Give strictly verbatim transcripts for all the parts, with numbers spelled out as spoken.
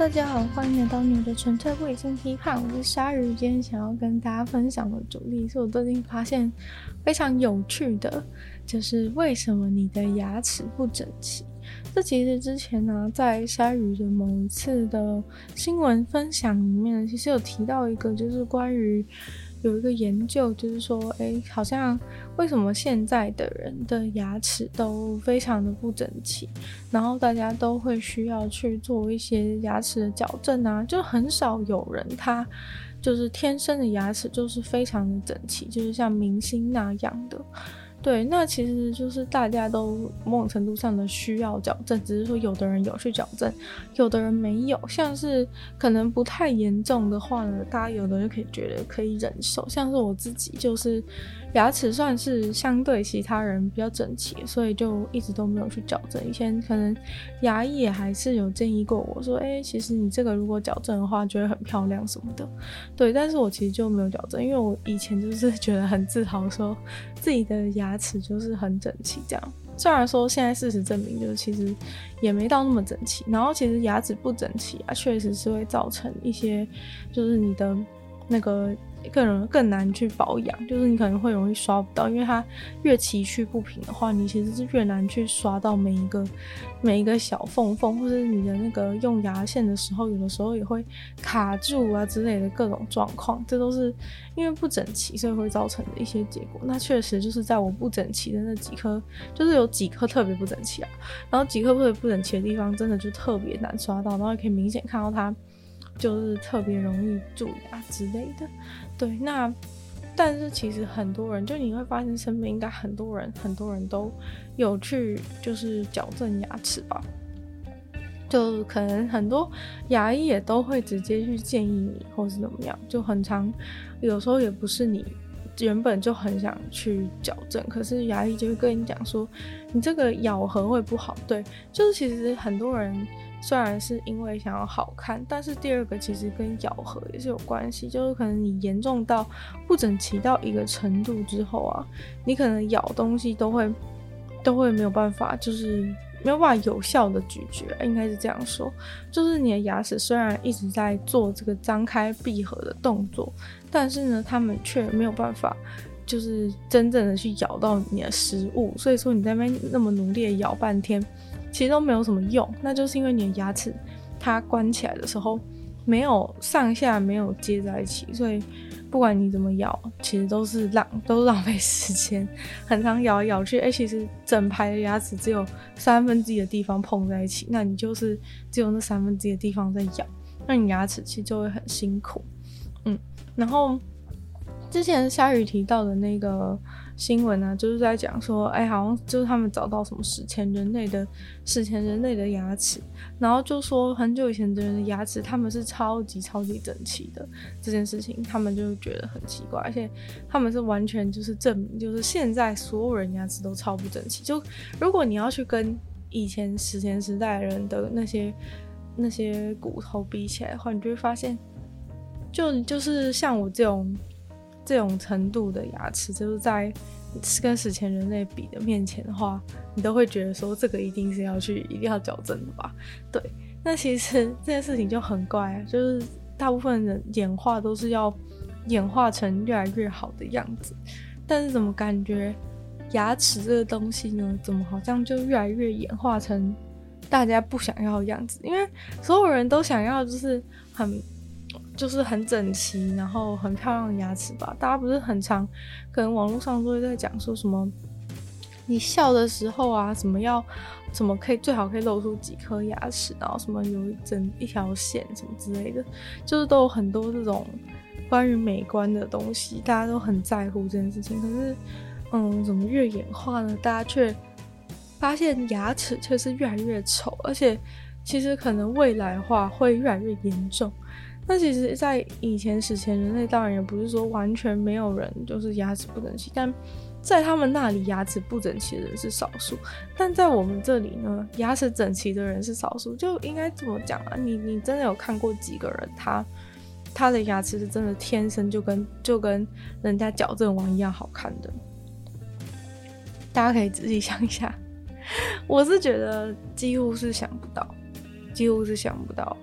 大家好，欢迎来到你的纯粹不理性批判，我是鲨鱼。今天想要跟大家分享的主题是我最近发现非常有趣的，就是为什么你的牙齿不整齐。这其实之前呢、啊，在鲨鱼的某一次的新闻分享里面，其实有提到一个，就是关于有一个研究，就是说，诶，好像为什么现在的人的牙齿都非常的不整齐，然后大家都会需要去做一些牙齿的矫正啊，就很少有人他就是天生的牙齿就是非常的整齐，就是像明星那样的。对，那其实就是大家都某种程度上的需要矫正，只是说有的人有去矫正，有的人没有。像是可能不太严重的话呢，大家有的人可以觉得可以忍受。像是我自己就是牙齿算是相对其他人比较整齐，所以就一直都没有去矫正。以前可能牙医也还是有建议过我说，哎，其实你这个如果矫正的话，就会很漂亮什么的。对，但是我其实就没有矫正，因为我以前就是觉得很自豪说自己的牙齿就是很整齐这样。虽然说现在事实证明就是其实也没到那么整齐，然后其实牙齿不整齐啊，确实是会造成一些就是你的那个更更难去保养，就是你可能会容易刷不到，因为它越崎岖不平的话，你其实是越难去刷到每一个每一个小缝缝，或者你的那个用牙线的时候，有的时候也会卡住啊之类的各种状况，这都是因为不整齐所以会造成的一些结果。那确实就是在我不整齐的那几颗，就是有几颗特别不整齐啊，然后几颗特别不整齐的地方真的就特别难刷到，然后也可以明显看到它就是特别容易蛀牙之类的。对，那但是其实很多人，就你会发现身边应该很多人很多人都有去就是矫正牙齿吧，就可能很多牙医也都会直接去建议你或是怎么样，就很常有时候也不是你原本就很想去矫正，可是牙医就会跟你讲说你这个咬合会不好。对，就是其实很多人虽然是因为想要好看，但是第二个其实跟咬合也是有关系，就是可能你严重到不整齐到一个程度之后啊，你可能咬东西都会都会没有办法，就是没有办法有效的咀嚼，应该是这样说。就是你的牙齿虽然一直在做这个张开闭合的动作，但是呢，他们却没有办法就是真正的去咬到你的食物，所以说你在那边那么努力的咬半天，其实都没有什么用。那就是因为你的牙齿它关起来的时候没有上下没有接在一起，所以不管你怎么咬，其实都是浪都是浪费时间，很常咬来咬去，哎，其实整排的牙齿只有三分之一的地方碰在一起，那你就是只有那三分之一的地方在咬，那你牙齿其实就会很辛苦。嗯，然后之前鲨鱼提到的那个新闻呢、啊，就是在讲说，哎，好像就是他们找到什么史前人类的史前人类的牙齿，然后就说很久以前的人的牙齿他们是超级超级整齐的，这件事情他们就觉得很奇怪，而且他们是完全就是证明，就是现在所有人牙齿都超不整齐。就如果你要去跟以前史前时代的人的那些那些骨头比起来的话，你就会发现，就就是像我这种。这种程度的牙齿，就是在跟史前人类比的面前的话，你都会觉得说这个一定是要去一定要矫正的吧？对，那其实这件事情就很怪啊，就是大部分人演化都是要演化成越来越好的样子，但是怎么感觉牙齿这个东西呢，怎么好像就越来越演化成大家不想要的样子？因为所有人都想要就是很。就是很整齐，然后很漂亮的牙齿吧。大家不是很常，可能网络上都会在讲说什么，你笑的时候啊，什么要，什么可以最好可以露出几颗牙齿，然后什么有一整一条线什么之类的，就是都有很多这种关于美观的东西，大家都很在乎这件事情。可是，嗯，怎么越演化呢？大家却发现牙齿却是越来越丑，而且其实可能未来的话会越来越严重。那其实在以前史前人类当然也不是说完全没有人就是牙齿不整齐，但在他们那里牙齿不整齐的人是少数，但在我们这里呢，牙齿整齐的人是少数。就应该这么讲啊，你你真的有看过几个人他他的牙齿是真的天生就跟就跟人家矫正完一样好看的？大家可以仔细想一下，我是觉得几乎是想不到，几乎是想不到。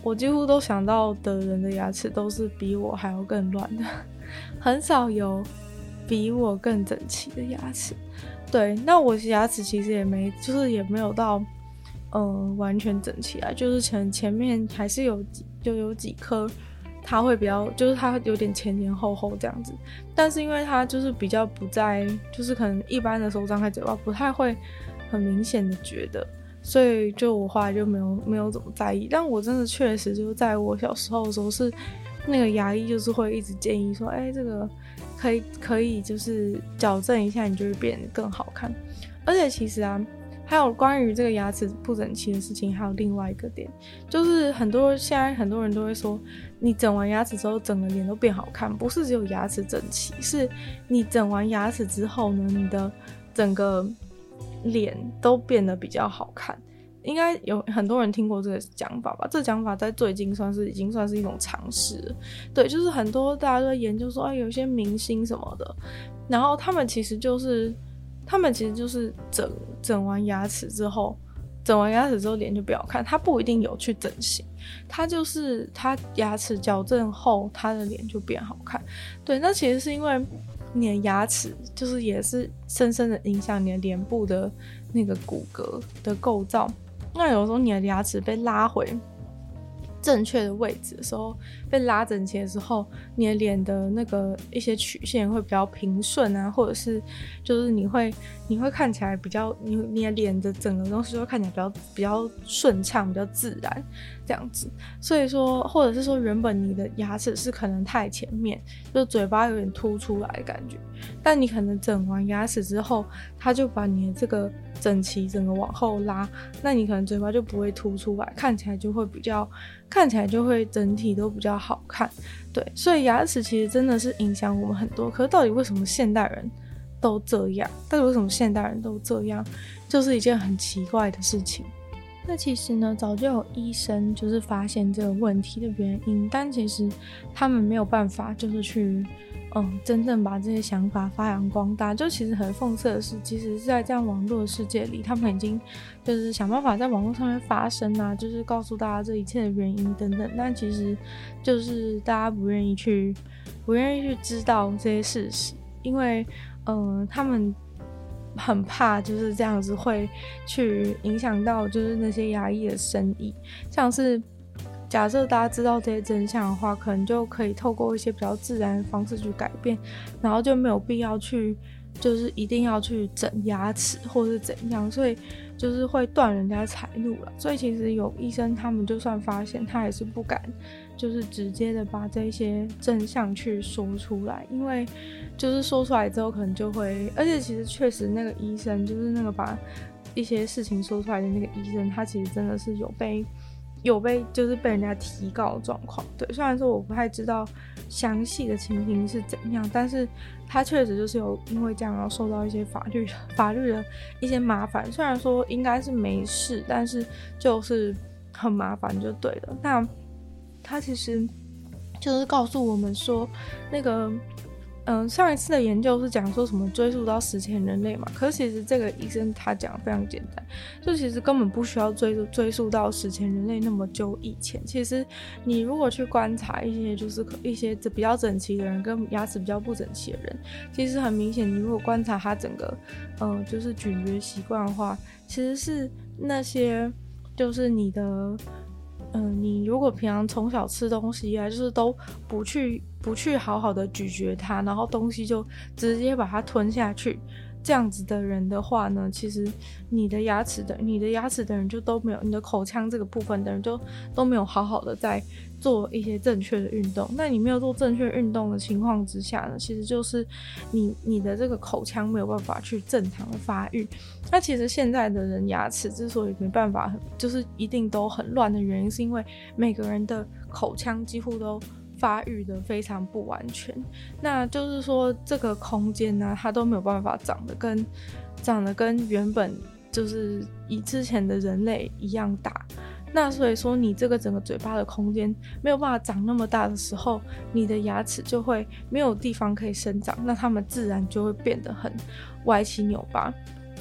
我几乎都想到的人的牙齿都是比我还要更乱的，很少有比我更整齐的牙齿。对，那我牙齿其实也没，就是也没有到，嗯、呃，完全整齐啊，就是前前面还是有几就有几颗，它会比较，就是它有点前前后后这样子，但是因为它就是比较不在，就是可能一般的时候张开嘴巴不太会很明显的觉得。所以就我后来就没有没有怎么在意，但我真的确实就是在我小时候的时候是那个牙医就是会一直建议说，哎、欸，这个可以可以就是矫正一下，你就会变得更好看。而且其实啊，还有关于这个牙齿不整齐的事情，还有另外一个点，就是很多现在很多人都会说，你整完牙齿之后整个脸都变好看，不是只有牙齿整齐，是你整完牙齿之后呢，你的整个脸都变得比较好看。应该有很多人听过这个讲法吧，这个讲法在最近算是已经算是一种常识了。对，就是很多大家都在研究说，哎，有一些明星什么的，然后他们其实就是他们其实就是整整完牙齿之后整完牙齿之后脸就比较好看，他不一定有去整形，他就是他牙齿矫正后他的脸就变好看。对，那其实是因为你的牙齿就是也是深深的影响你的脸部的那个骨骼的构造，那有时候你的牙齿被拉回正确的位置的时候，被拉整齐的时候，你的脸的那个一些曲线会比较平顺啊，或者是就是你会你会看起来比较你你的脸的整个东西会看起来比较比较顺畅，比较自然这样子。所以说，或者是说原本你的牙齿是可能太前面，就嘴巴有点凸出来的感觉，但你可能整完牙齿之后，它就把你的这个整齐整个往后拉，那你可能嘴巴就不会凸出来，看起来就会比较看起来就会整体都比较好看。对，所以牙齿其实真的是影响我们很多。可是到底为什么现代人都这样？到底为什么现代人都这样？就是一件很奇怪的事情。那其实呢，早就有医生就是发现这个问题的原因，但其实他们没有办法就是去嗯，真正把这些想法发扬光大。就其实很讽刺的是，其实是在这样网络的世界里，他们已经就是想办法在网络上面发声啊，就是告诉大家这一切的原因等等，但其实就是大家不愿意去不愿意去知道这些事实，因为嗯，他们很怕就是这样子会去影响到就是那些牙医的生意。像是假设大家知道这些真相的话，可能就可以透过一些比较自然的方式去改变，然后就没有必要去就是一定要去整牙齿或是怎样，所以就是会断人家财路了。所以其实有医生他们就算发现，他也是不敢就是直接的把这些真相去说出来，因为就是说出来之后可能就会，而且其实确实那个医生就是那个把一些事情说出来的那个医生，他其实真的是有被有被就是被人家提告的状况。对，虽然说我不太知道详细的情形是怎样，但是他确实就是有因为这样然后受到一些法律法律的一些麻烦，虽然说应该是没事，但是就是很麻烦就对了。那他其实就是告诉我们说，那个嗯，上一次的研究是讲说什么追溯到史前人类嘛，可是其实这个医生他讲的非常简单，就其实根本不需要追溯追溯到史前人类那么久以前。其实你如果去观察一些就是一些比较整齐的人跟牙齿比较不整齐的人，其实很明显，你如果观察他整个呃就是咀嚼习惯的话，其实是那些就是你的嗯、呃，你如果平常从小吃东西啊，就是都不去不去好好的咀嚼它，然后东西就直接把它吞下去，这样子的人的话呢，其实你的牙齿的你的牙齿的人就都没有，你的口腔这个部分的人就都没有好好的在做一些正确的运动。那你没有做正确运动的情况之下呢，其实就是你你的这个口腔没有办法去正常的发育。那其实现在的人牙齿之所以没办法就是一定都很乱的原因，是因为每个人的口腔几乎都发育的非常不完全，那就是说这个空间呢、啊，它都没有办法长得跟长得跟原本就是以之前的人类一样大。那所以说你这个整个嘴巴的空间没有办法长那么大的时候，你的牙齿就会没有地方可以生长，那它们自然就会变得很歪七扭八。对，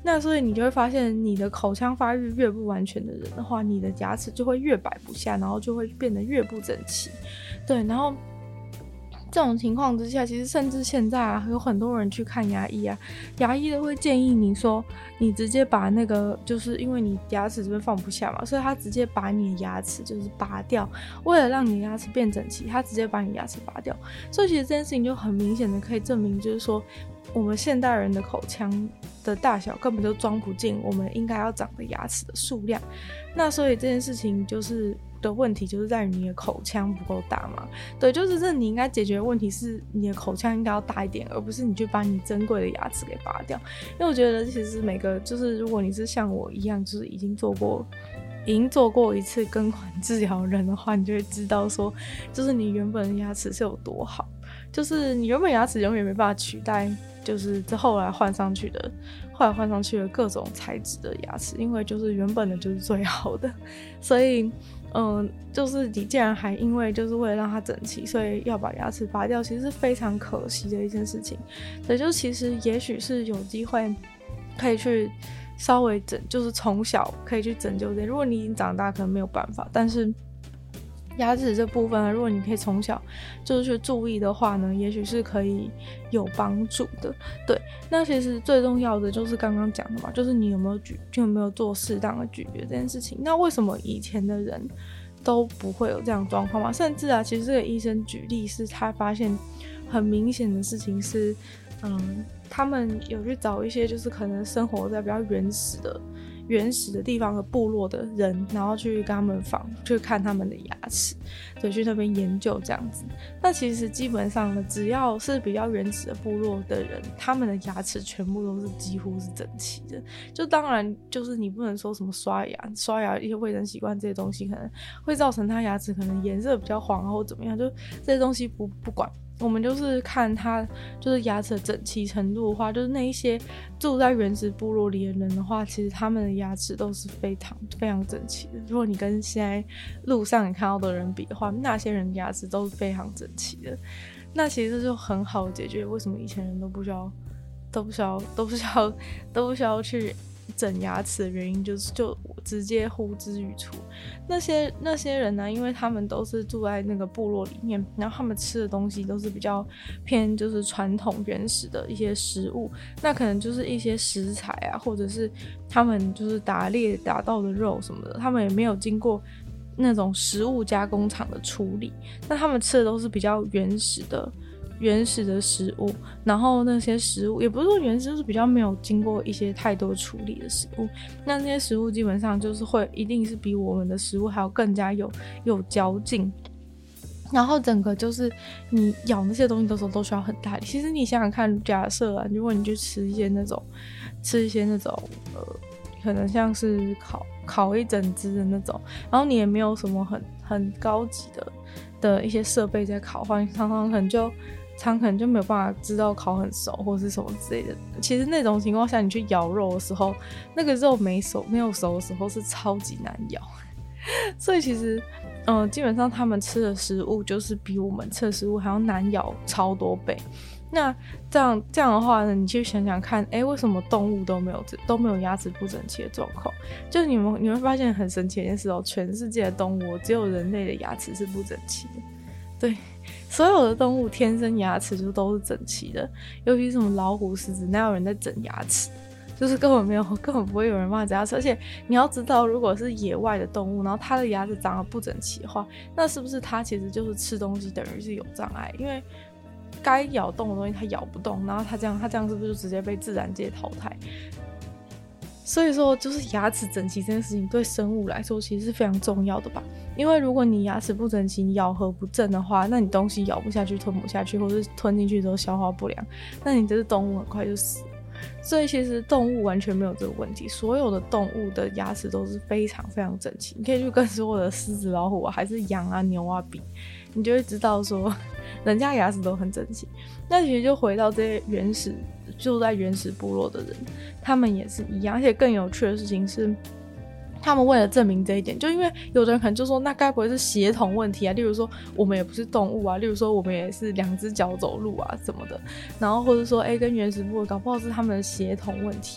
那所以你就会发现，你的口腔发育越不完全的人的话，你的牙齿就会越摆不下，然后就会变得越不整齐。对，然后这种情况之下，其实甚至现在啊，有很多人去看牙医啊，牙医都会建议你说，你直接把那个，就是因为你牙齿这边放不下嘛，所以他直接把你的牙齿就是拔掉，为了让你的牙齿变整齐，他直接把你牙齿拔掉。所以其实这件事情就很明显的可以证明，就是说我们现代人的口腔的大小根本就装不进我们应该要长的牙齿的数量。那所以这件事情就是的问题就是在于你的口腔不够大嘛。对，就是这你应该解决的问题是你的口腔应该要大一点，而不是你去把你珍贵的牙齿给拔掉。因为我觉得其实每个就是如果你是像我一样就是已经做过已经做过一次根管治疗的人的话，你就会知道说就是你原本的牙齿是有多好，就是你原本牙齿永远没办法取代就是这后来换上去的后来换上去的各种材质的牙齿，因为就是原本的就是最好的。所以嗯，就是你既然还因为就是为了让它整齐，所以要把牙齿拔掉，其实是非常可惜的一件事情。对，就其实也许是有机会可以去稍微整，就是从小可以去拯救这些。如果你已经长大可能没有办法，但是牙齿这部分呢，如果你可以从小就是去注意的话呢，也许是可以有帮助的。对，那其实最重要的就是刚刚讲的嘛，就是你有没有咀就有没有做适当的咀嚼这件事情。那为什么以前的人都不会有这样的状况吗？甚至啊，其实这个医生举例是他发现很明显的事情是，嗯，他们有去找一些就是可能生活在比较原始的原始的地方的部落的人，然后去跟他们访去看他们的牙齿，对，去那边研究这样子。那其实基本上呢，只要是比较原始的部落的人，他们的牙齿全部都是几乎是整齐的。就当然就是你不能说什么刷牙刷牙一些卫生习惯这些东西可能会造成他牙齿可能颜色比较黄或怎么样，就这些东西不不管，我们就是看他就是牙齿的整齐程度的话，就是那一些住在原始部落里的人的话，其实他们的牙齿都是非常非常整齐的。如果你跟现在路上你看到的人比的话，那些人牙齿都是非常整齐的。那其实就很好解决为什么以前人都不需要都不需要都不需要都不需要去整牙齿的原因，就是就直接呼之欲出。那些那些人呢，因为他们都是住在那个部落里面，然后他们吃的东西都是比较偏就是传统原始的一些食物，那可能就是一些食材啊，或者是他们就是打猎打到的肉什么的，他们也没有经过那种食物加工厂的处理，那他们吃的都是比较原始的原始的食物，然后那些食物也不是说原始，就是比较没有经过一些太多处理的食物，那那些食物基本上就是会一定是比我们的食物还要更加有有嚼劲，然后整个就是你咬那些东西的时候都需要很大力。其实你想想看，假设啊，如果你去吃一些那种吃一些那种呃可能像是烤烤一整只的那种，然后你也没有什么很很高级的的一些设备在烤的话，你常常可能就常可能就没有办法知道烤很熟或是什么之类的。其实那种情况下你去咬肉的时候，那个肉没熟没有熟的时候是超级难咬。所以其实嗯、呃，基本上他们吃的食物就是比我们吃的食物还要难咬超多倍。那这样这样的话呢，你去想想看，哎，为什么动物都没有都没有牙齿不整齐的状况？就你们你会发现很神奇的一件事哦，全世界的动物只有人类的牙齿是不整齐的。对，所有的动物天生牙齿就都是整齐的，尤其是什么老虎、狮子，哪有人在整牙齿？就是根本没有，根本不会有人帮它整牙齿。而且你要知道，如果是野外的动物，然后它的牙齿长得不整齐的话，那是不是它其实就是吃东西等于是有障碍？因为该咬动的东西它咬不动，然后它这样它这样是不是就直接被自然界淘汰？所以说就是牙齿整齐这件事情对生物来说其实是非常重要的吧。因为如果你牙齿不整齐，你咬合不正的话，那你东西咬不下去，吞不下去，或是吞进去之后消化不良，那你这只动物很快就死了。所以其实动物完全没有这个问题，所有的动物的牙齿都是非常非常整齐。你可以去跟所有的狮子、老虎啊还是羊啊牛啊比，你就会知道说人家牙齿都很整齐。那其实就回到这些原始住在原始部落的人，他们也是一样。而且更有趣的事情是，他们为了证明这一点，就因为有的人可能就说那该不会是血统问题啊，例如说我们也不是动物啊，例如说我们也是两只脚走路啊什么的，然后或者说哎跟原始部落搞不好是他们的血统问题，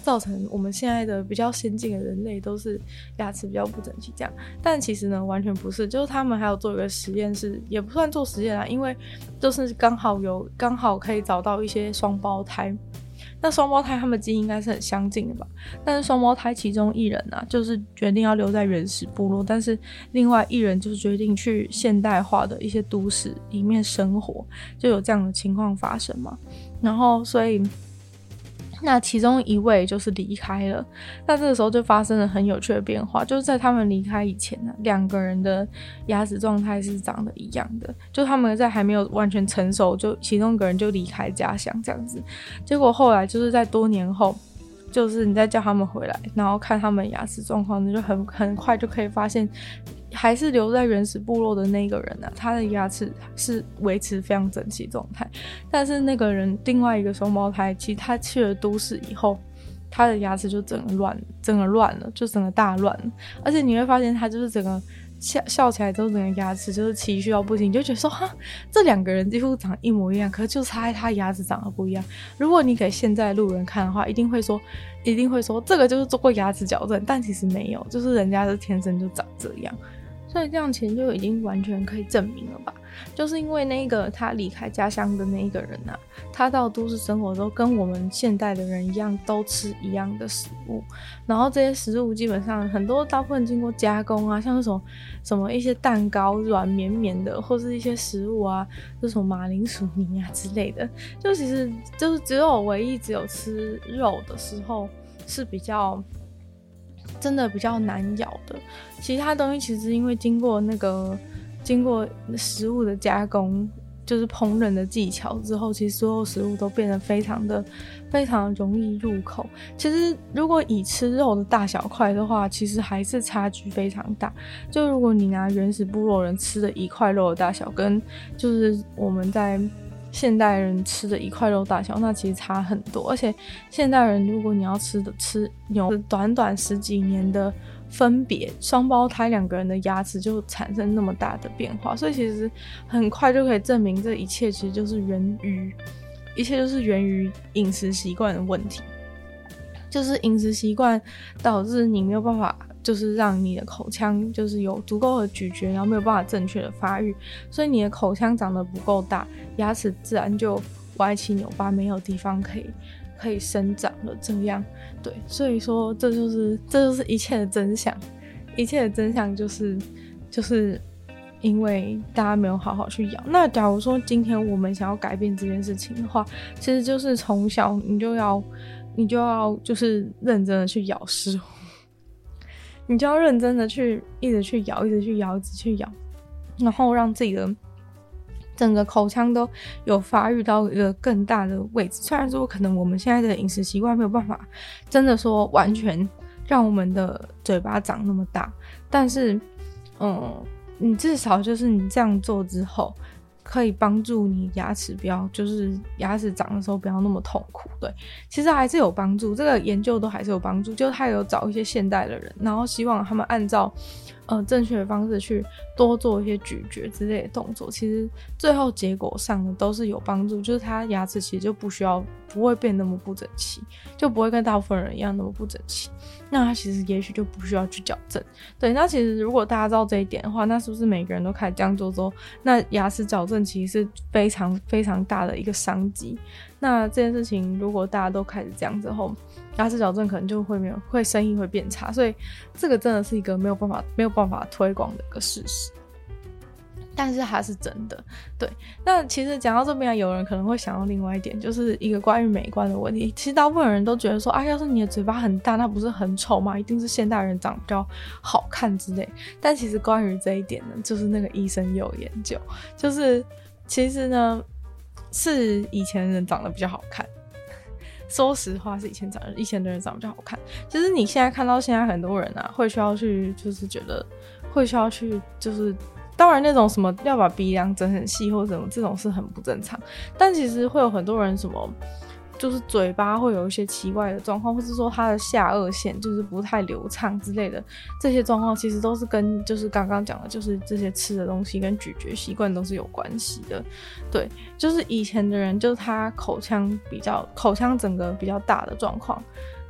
造成我们现在的比较先进的人类都是牙齿比较不整齐这样。但其实呢完全不是，就是他们还有做一个实验是，也不算做实验啦，因为就是刚好有刚好可以找到一些双胞胎，那双胞胎他们基因应该是很相近的吧，但是双胞胎其中一人啊就是决定要留在原始部落，但是另外一人就是决定去现代化的一些都市里面生活，就有这样的情况发生嘛。然后所以那其中一位就是离开了，那这个时候就发生了很有趣的变化，就是在他们离开以前呢、啊，两个人的牙齿状态是长得一样的，就他们在还没有完全成熟，就其中一个人就离开家乡这样子。结果后来就是在多年后，就是你再叫他们回来，然后看他们牙齿状况，你就很很快就可以发现，还是留在原始部落的那个人啊，他的牙齿是维持非常整齐状态，但是那个人另外一个双胞胎，其实他去了都市以后，他的牙齿就整个乱，整个乱了，就整个大乱了，而且你会发现他就是整个笑笑起来之后，整个牙齿就是崎岖到不行，你就觉得说哈，这两个人几乎长得一模一样，可是就差在他牙齿长得不一样。如果你给现在路人看的话，一定会说，一定会说这个就是做过牙齿矫正，但其实没有，就是人家是天生就长这样。所以这样其实就已经完全可以证明了吧，就是因为那个他离开家乡的那一个人啊，他到都市生活之后跟我们现代的人一样，都吃一样的食物，然后这些食物基本上很多大部分经过加工啊，像是什么什么一些蛋糕软绵绵的，或是一些食物啊，就是什么马铃薯泥啊之类的，就其实就是只有唯一只有吃肉的时候是比较真的比较难咬的，其他东西其实因为经过那个经过食物的加工，就是烹饪的技巧之后，其实所有食物都变得非常的非常容易入口。其实如果以吃肉的大小块的话，其实还是差距非常大。就如果你拿原始部落人吃的一块肉的大小跟就是我们在现代人吃的一块肉大小，那其实差很多。而且现代人如果你要吃的吃牛，短短十几年的分别，双胞胎两个人的牙齿就产生那么大的变化，所以其实很快就可以证明这一切其实就是源于一切就是源于饮食习惯的问题，就是饮食习惯导致你没有办法就是让你的口腔就是有足够的咀嚼，然后没有办法正确的发育，所以你的口腔长得不够大，牙齿自然就歪七扭八，没有地方可以可以生长了这样。对，所以说这就是这就是一切的真相，一切的真相就是就是因为大家没有好好去咬。那假如说今天我们想要改变这件事情的话，其实就是从小你就要你就要就是认真的去咬食物，你就要认真的去一直去咬一直去咬一直去咬，然后让自己的整个口腔都有发育到一个更大的位置。虽然说可能我们现在的饮食习惯没有办法真的说完全让我们的嘴巴长那么大，但是嗯，你至少就是你这样做之后可以帮助你牙齿不要就是牙齿长的时候不要那么痛苦。对，其实还是有帮助，这个研究都还是有帮助，就是他有找一些现代的人，然后希望他们按照呃正确的方式去多做一些咀嚼之类的动作，其实最后结果上呢都是有帮助，就是他牙齿其实就不需要不会变那么不整齐，就不会跟大部分人一样那么不整齐，那他其实也许就不需要去矫正。对，那其实如果大家知道这一点的话，那是不是每个人都开始这样做之后，那牙齿矫正其实是非常非常大的一个商机。那这件事情如果大家都开始这样之后，牙齿矫正可能就会没有会生意会变差，所以这个真的是一个没有办法没有办法推广的一个事实，但是它是真的。对，那其实讲到这边，有人可能会想到另外一点，就是一个关于美观的问题。其实大部分人都觉得说啊，要是你的嘴巴很大，那不是很丑吗？一定是现代人长得比较好看之类。但其实关于这一点呢，就是那个医生也有研究，就是其实呢是以前人长得比较好看，说实话是以前长以前的人长得比较好看。其实你现在看到现在很多人啊会需要去就是觉得会需要去就是当然那种什么要把鼻梁整很细或者什么这种是很不正常，但其实会有很多人什么就是嘴巴会有一些奇怪的状况，或是说他的下颚线就是不太流畅之类的，这些状况其实都是跟就是刚刚讲的就是这些吃的东西跟咀嚼习惯都是有关系的。对，就是以前的人就是他口腔比较口腔整个比较大的状况，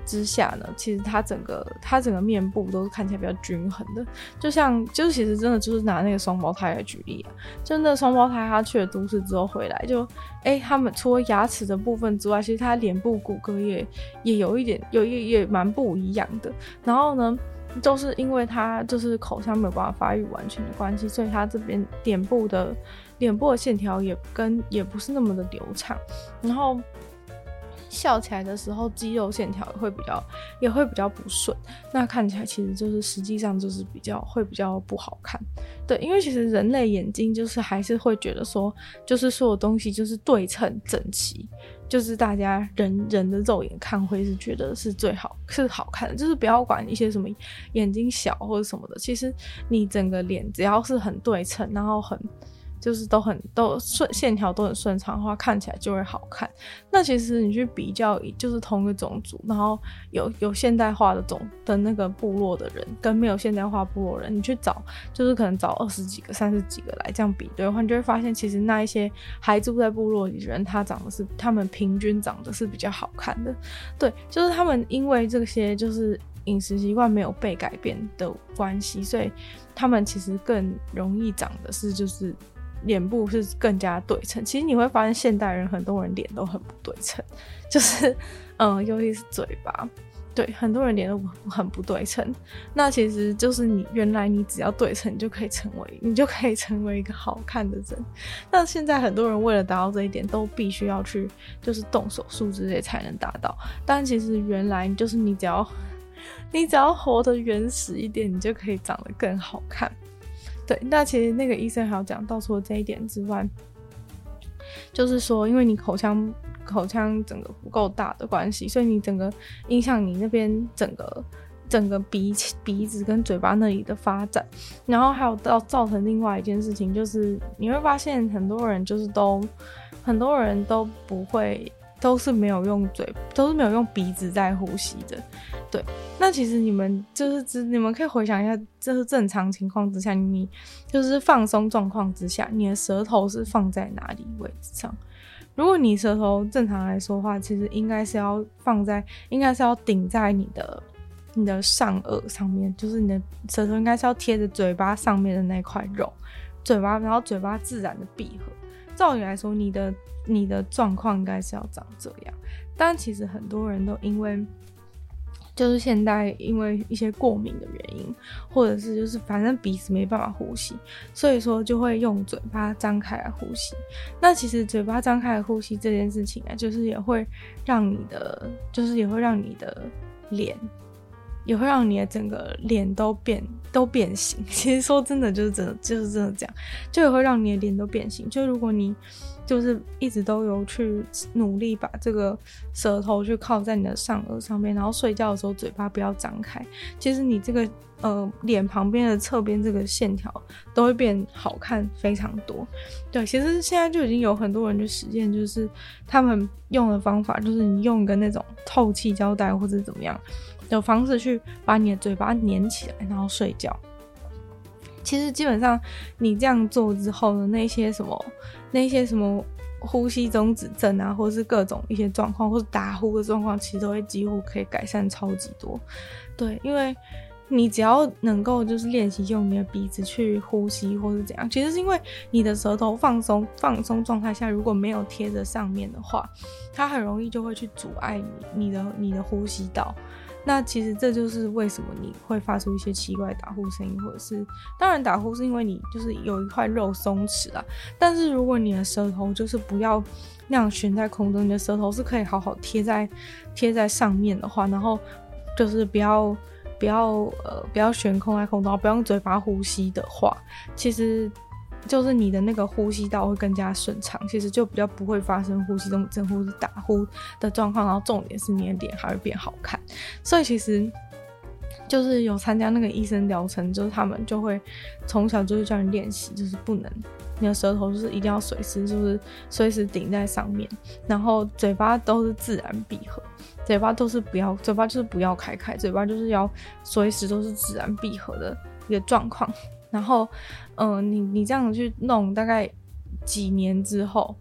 之下呢，其实它整个它整个面部都是看起来比较均衡的，就像就是其实真的就是拿那个双胞胎来举例啊，就那双胞胎他去了都市之后回来就，哎，他们除了牙齿的部分之外，其实他脸部骨骼也也有一点有也也蛮不一样的，然后呢。就是因为他就是口腔没有办法发育完全的关系，所以他这边脸部的脸部的线条也跟也不是那么的流畅，然后笑起来的时候肌肉线条也会比较也会比较不顺，那看起来其实就是实际上就是比较会比较不好看。对，因为其实人类眼睛就是还是会觉得说就是所有东西就是对称整齐，就是大家人人的肉眼看会是觉得是最好是好看的，就是不要管一些什么眼睛小或者什么的，其实你整个脸只要是很对称，然后很就是都很都顺线条都很顺畅的话，看起来就会好看。那其实你去比较就是同一个种族，然后有有现代化的种的那个部落的人跟没有现代化部落人，你去找就是可能找二十几个三十几个来这样比对的话，你就会发现其实那一些还住在部落里的人，他长得是他们平均长得是比较好看的。对，就是他们因为这些就是饮食习惯没有被改变的关系，所以他们其实更容易长的是就是脸部是更加对称。其实你会发现现代人很多人脸都很不对称，就是嗯，尤其是嘴巴，对，很多人脸都很不对称。那其实就是你原来你只要对称，你就可以成为你就可以成为一个好看的人。那现在很多人为了达到这一点，都必须要去就是动手术之类才能达到。但其实原来就是你只要你只要活得原始一点，你就可以长得更好看。对，那其实那个医生还有讲到，除了这一点之外，就是说因为你口腔口腔整个不够大的关系，所以你整个影响你那边整个整个鼻鼻子跟嘴巴那里的发展，然后还有到造成另外一件事情，就是你会发现很多人就是都很多人都不会都是没有用嘴都是没有用鼻子在呼吸的。对，那其实你们就是你们可以回想一下，就是正常情况之下，你就是放松状况之下，你的舌头是放在哪里位置上？如果你舌头正常来说的话，其实应该是要放在应该是要顶在你的你的上颚上面，就是你的舌头应该是要贴着嘴巴上面的那块肉，嘴巴然后嘴巴自然的闭合。照理来说，你的你的状况应该是要长这样，但其实很多人都因为就是现在因为一些过敏的原因，或者是就是反正鼻子没办法呼吸，所以说就会用嘴巴张开来呼吸。那其实嘴巴张开来呼吸这件事情啊，就是也会让你的就是也会让你的脸也会让你的整个脸都变都变形。其实说真的就是真的就是真的这样，就也会让你的脸都变形。就如果你就是一直都有去努力把这个舌头去靠在你的上颚上面，然后睡觉的时候嘴巴不要张开，其实你这个呃脸旁边的侧边这个线条都会变好看非常多。对，其实现在就已经有很多人去实验，就是他们用的方法就是你用一个那种透气胶带或者怎么样的方式去把你的嘴巴粘起来然后睡觉。其实基本上你这样做之后呢，那些什么那些什么呼吸中止症啊，或是各种一些状况，或是打呼的状况，其实都会几乎可以改善超级多。对，因为你只要能够就是练习用你的鼻子去呼吸或是怎样，其实是因为你的舌头放松放松状态下如果没有贴着上面的话，它很容易就会去阻碍你你的你的呼吸道。那其实这就是为什么你会发出一些奇怪的打呼声音，或者是当然打呼是因为你就是有一块肉松弛啦，但是如果你的舌头就是不要那样悬在空中，你的舌头是可以好好贴在贴在上面的话，然后就是不要不要呃不要悬空在空中，不要用嘴巴呼吸的话，其实就是你的那个呼吸道会更加顺畅，其实就比较不会发生呼吸中止症或是打呼的状况，然后重点是你的脸还会变好看。所以其实就是有参加那个医生疗程，就是他们就会从小就是叫你练习，就是不能你的舌头就是一定要随时就是随时顶在上面，然后嘴巴都是自然闭合，嘴巴都是不要嘴巴就是不要开开，嘴巴就是要随时都是自然闭合的一个状况。然后，嗯、呃，你你这样去弄，大概几年之后，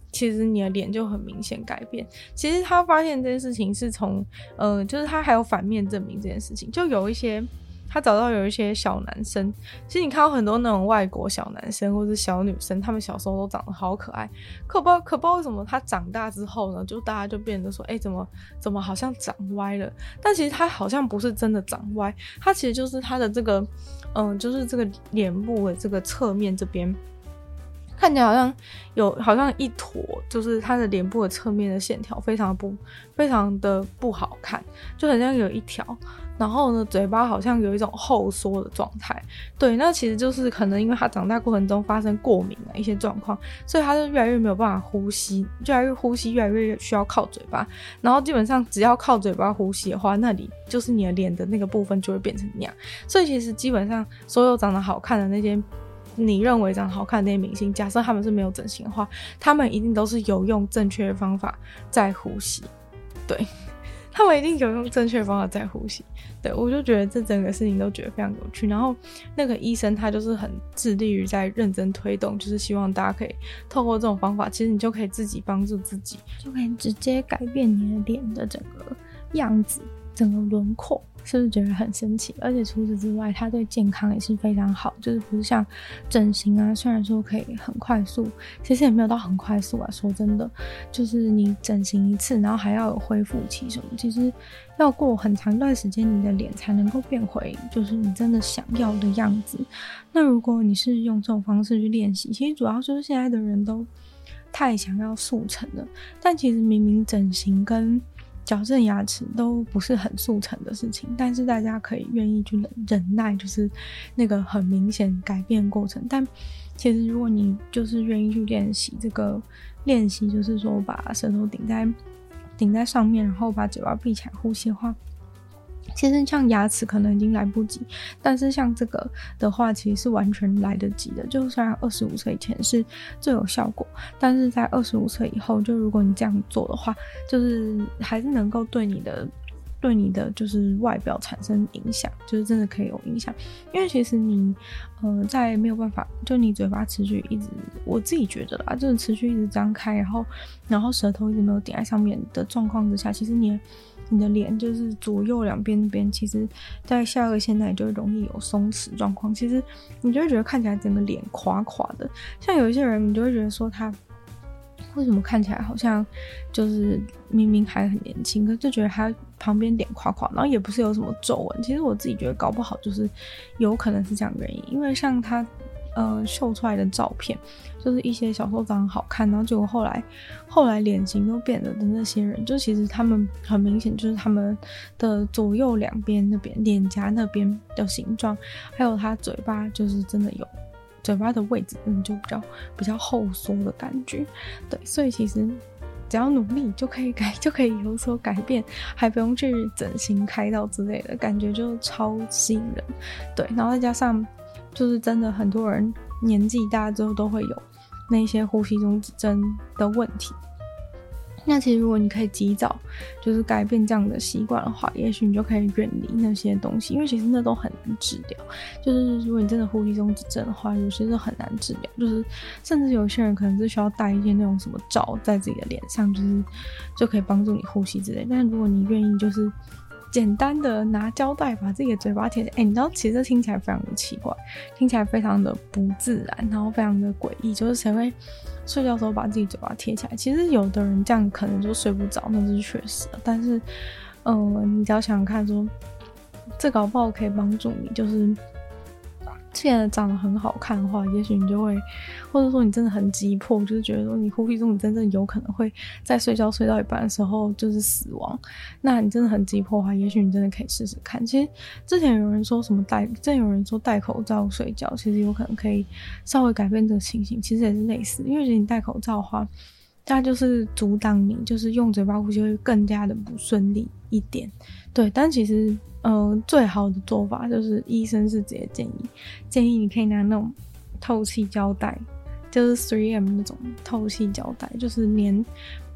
其实你的脸就很明显改变。其实他发现这件事情是从呃，就是他还有反面证明这件事情，就有一些他找到有一些小男生，其实你看到很多那种外国小男生或者小女生，他们小时候都长得好可爱，可不知道可不知道为什么他长大之后呢，就大家就变得说，哎、欸，怎么怎么好像长歪了？但其实他好像不是真的长歪，他其实就是他的这个，嗯、呃，就是这个脸部的这个侧面这边。看起来好像有好像一坨，就是他的脸部的侧面的线条非常不非常的不好看，就很像有一条，然后呢嘴巴好像有一种后缩的状态。对，那其实就是可能因为他长大过程中发生过敏的一些状况，所以他就越来越没有办法呼吸，越来越呼吸越来越需要靠嘴巴，然后基本上只要靠嘴巴呼吸的话，那里就是你的脸的那个部分就会变成那样。所以其实基本上所有长得好看的那些你认为长得好看的那些明星，假设他们是没有整形的话，他们一定都是有用正确的方法在呼吸。对，他们一定有用正确的方法在呼吸。对，我就觉得这整个事情都觉得非常有趣。然后那个医生他就是很致力于在认真推动，就是希望大家可以透过这种方法，其实你就可以自己帮助自己，就可以直接改变你的脸的整个样子，整个轮廓。是不是觉得很神奇？而且除此之外，它对健康也是非常好，就是不是像整形啊，虽然说可以很快速，其实也没有到很快速啊。说真的，就是你整形一次，然后还要有恢复期什么，其实要过很长一段时间，你的脸才能够变回就是你真的想要的样子。那如果你是用这种方式去练习，其实主要就是现在的人都太想要速成了，但其实明明整形跟矫正牙齿都不是很速成的事情，但是大家可以愿意去忍忍耐，就是那个很明显改变过程。但其实如果你就是愿意去练习这个练习，就是说把舌头顶在顶在上面，然后把嘴巴闭起来呼吸的话，其实像牙齿可能已经来不及，但是像这个的话其实是完全来得及的。就虽然二十五岁以前是最有效果，但是在二十五岁以后，就如果你这样做的话，就是还是能够对你的对你的就是外表产生影响，就是真的可以有影响。因为其实你呃在没有办法，就你嘴巴持续一直，我自己觉得啦，就是持续一直张开，然后然后舌头一直没有顶在上面的状况之下，其实你你的脸就是左右两边那边，其实在下颚线那里就容易有松弛状况，其实你就会觉得看起来整个脸垮垮的。像有一些人你就会觉得说他为什么看起来好像就是明明还很年轻，可是就觉得他旁边脸垮垮，然后也不是有什么皱纹。其实我自己觉得搞不好就是有可能是这样的原因，因为像他呃秀出来的照片，就是一些小时候长得好看，然后结果后来后来脸型都变了的那些人，就其实他们很明显就是他们的左右两边那边脸颊那边的形状，还有他嘴巴就是真的有嘴巴的位置嗯就比较比较后缩的感觉。对，所以其实只要努力就可以改就可以有所改变，还不用去整形开刀之类的，感觉就超吸引人。对，然后再加上就是真的很多人年纪大之后都会有那些呼吸中止症的问题，那其实如果你可以及早就是改变这样的习惯的话，也许你就可以远离那些东西，因为其实那都很难治疗。就是如果你真的呼吸中止症的话，有些是很难治疗，就是甚至有些人可能是需要戴一些那种什么罩在自己的脸上，就是就可以帮助你呼吸之类。但如果你愿意就是简单的拿胶带把自己的嘴巴贴起来，哎，你知道其实这听起来非常的奇怪，听起来非常的不自然，然后非常的诡异，就是谁会睡觉的时候把自己嘴巴贴起来？其实有的人这样可能就睡不着，那是确实的。但是呃你只要想想看说这搞不好可以帮助你，就是现在长得很好看的话，也许你就会，或者说你真的很急迫，就是觉得说你呼吸中你真正有可能会在睡觉睡到一半的时候就是死亡，那你真的很急迫的话，也许你真的可以试试看。其实之前有人说什么戴，之前有人说戴口罩睡觉，其实有可能可以稍微改变这个情形，其实也是类似，因为你戴口罩的话，它就是阻挡你就是用嘴巴呼吸会更加的不顺利一点。对，但其实呃，最好的做法就是医生是直接建议建议你可以拿那种透气胶带，就是 三 M 那种透气胶带，就是粘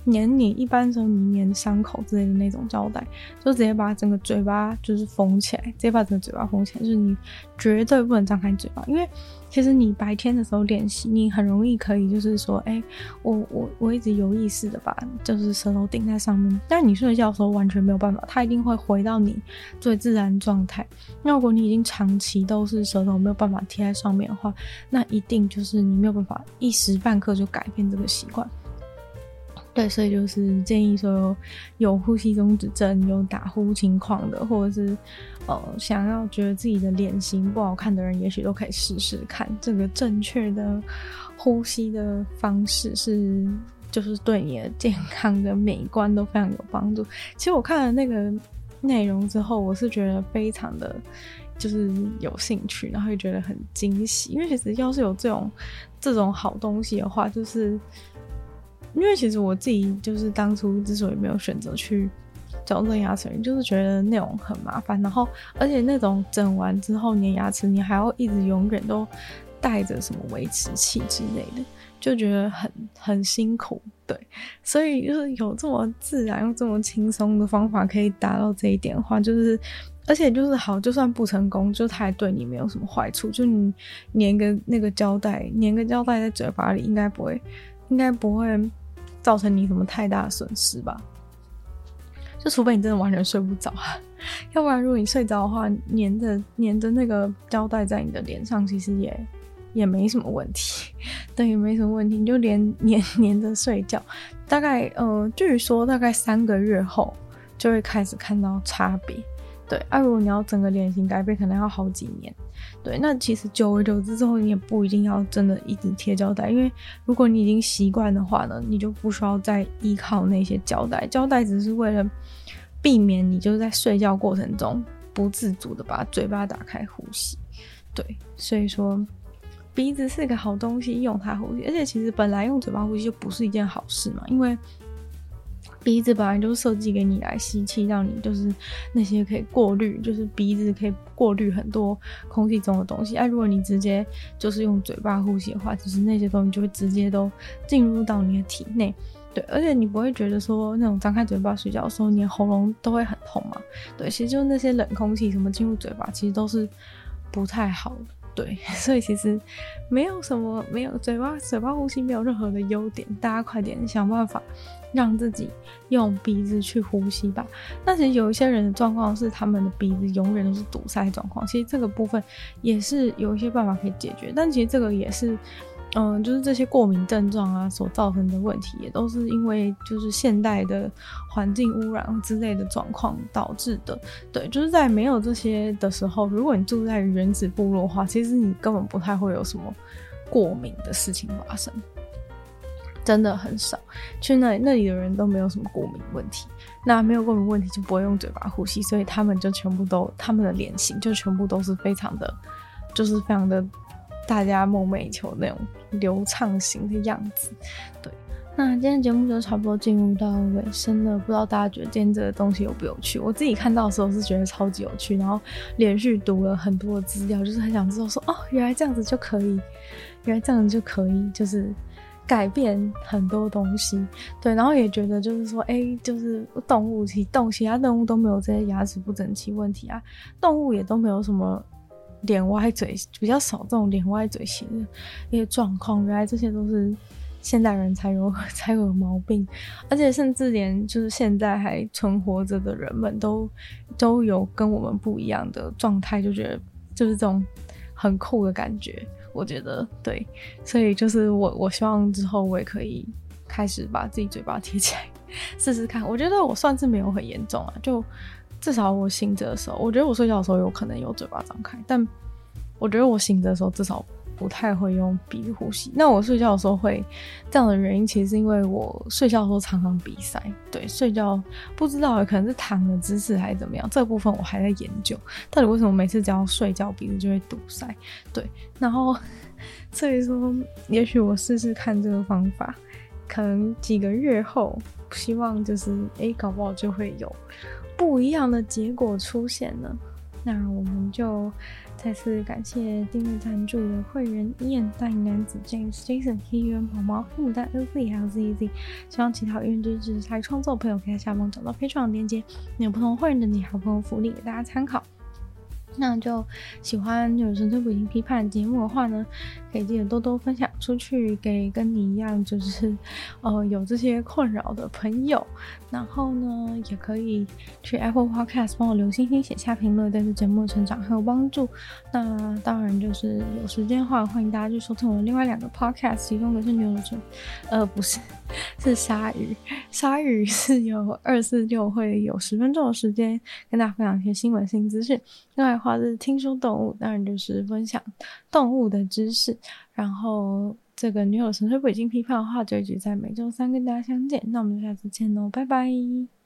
粘你一般时候你粘伤口之类的那种胶带，就直接把整个嘴巴就是封起来，直接把整个嘴巴封起来，就是你绝对不能张开嘴巴。因为其实你白天的时候练习，你很容易可以就是说哎、欸，我我我一直有意识的把就是舌头顶在上面，但你睡觉的时候完全没有办法，它一定会回到你最自然状态。那如果你已经长期都是舌头没有办法贴在上面的话，那一定就是你没有办法一时半刻就改变这个习惯。对，所以就是建议说有呼吸中止症、有打呼情况的，或者是呃想要觉得自己的脸型不好看的人，也许都可以试试看这个正确的呼吸的方式，是就是对你的健康跟美观都非常有帮助。其实我看了那个内容之后，我是觉得非常的就是有兴趣，然后也觉得很惊喜，因为其实要是有这种这种好东西的话，就是因为其实我自己就是当初之所以没有选择去矫正牙齿，就是觉得那种很麻烦，然后而且那种整完之后你的牙齿你还要一直永远都带着什么维持器之类的，就觉得很很辛苦。对，所以就是有这么自然又这么轻松的方法可以达到这一点的话，就是而且就是好，就算不成功，就它也对你没有什么坏处，就你粘个那个胶带粘个胶带在嘴巴里应该不会应该不会造成你什么太大的损失吧，就除非你真的完全睡不着啊，要不然如果你睡着的话，粘着粘着那个胶带在你的脸上，其实也也没什么问题，对，也没什么问题，你就连粘粘着睡觉，大概呃，据说大概三个月后就会开始看到差别。对啊，如果你要整个脸型改变，可能要好几年。对，那其实久而久之之后，你也不一定要真的一直贴胶带，因为如果你已经习惯的话呢，你就不需要再依靠那些胶带。胶带只是为了避免你就是在睡觉过程中不自主的把嘴巴打开呼吸。对，所以说鼻子是个好东西，用它呼吸，而且其实本来用嘴巴呼吸就不是一件好事嘛，因为鼻子本来就是设计给你来吸气，让你就是那些可以过滤，就是鼻子可以过滤很多空气中的东西。哎、啊，如果你直接就是用嘴巴呼吸的话，其实那些东西就会直接都进入到你的体内。对，而且你不会觉得说那种张开嘴巴睡觉的时候，你的喉咙都会很痛嘛？对，其实就是那些冷空气什么进入嘴巴，其实都是不太好的。对，所以其实没有什么，没有嘴巴嘴巴呼吸没有任何的优点，大家快点想办法让自己用鼻子去呼吸吧。但其实有一些人的状况是他们的鼻子永远都是堵塞状况，其实这个部分也是有一些办法可以解决，但其实这个也是嗯，就是这些过敏症状啊所造成的问题，也都是因为就是现代的环境污染之类的状况导致的。对，就是在没有这些的时候，如果你住在原始部落的话，其实你根本不太会有什么过敏的事情发生，真的很少。去那里那里的人都没有什么过敏问题，那没有过敏问题就不会用嘴巴呼吸，所以他们就全部都他们的脸型就全部都是非常的就是非常的大家梦寐以求那种流畅型的样子。对，那今天的节目就差不多进入到尾声了，不知道大家觉得今天这个东西有不有趣？我自己看到的时候是觉得超级有趣，然后连续读了很多的资料，就是很想知道说哦，原来这样子就可以，原来这样子就可以，就是改变很多东西。对，然后也觉得就是说哎、欸，就是动物其动其他动物都没有这些牙齿不整齐问题啊，动物也都没有什么脸歪嘴，比较少这种脸歪嘴型的一些状况，原来这些都是现代人才有才有毛病，而且甚至连就是现在还存活着的人们都都有跟我们不一样的状态，就觉得就是这种很酷的感觉，我觉得对，所以就是我我希望之后我也可以开始把自己嘴巴贴起来试试看。我觉得我算是没有很严重啊，就至少我醒着的时候，我觉得我睡觉的时候有可能有嘴巴张开，但我觉得我醒着的时候至少不太会用鼻子呼吸。那我睡觉的时候会这样的原因，其实是因为我睡觉的时候常常鼻塞。对，睡觉不知道可能是躺的姿势还是怎么样，这个部分我还在研究，到底为什么每次只要睡觉鼻子就会堵塞。对，然后所以说也许我试试看这个方法，可能几个月后希望就是诶搞不好就会有不一样的结果出现了。 那我们就再次感谢订阅赞助的会员伊恩、大龄男子 James、Jason、K 原毛毛、黑牡丹 L Z 还有 Z Z。希望其他有愿支持才创作的朋友可以在下方找到 Patreon 的链接，有不同会员的你还有不同福利给大家参考。那就喜欢有纯粹不理性批判节目的话呢，可以记得多多分享出去给跟你一样就是呃有这些困扰的朋友，然后呢也可以去 Apple Podcast 帮我留星星写下评论，对这节目的成长很有帮助。那当然就是有时间的话欢迎大家去收听我的另外两个 podcast， 其中一个是牛肉纯呃不是是鲨鱼鲨鱼是有二四六会有十分钟的时间跟大家分享一些新闻新资讯，另外的话是听说动物，当然就是分享动物的知识。然后这个女友纯粹不理性批判的话，就一直在每周三跟大家相见。那我们就下次见喽，拜拜。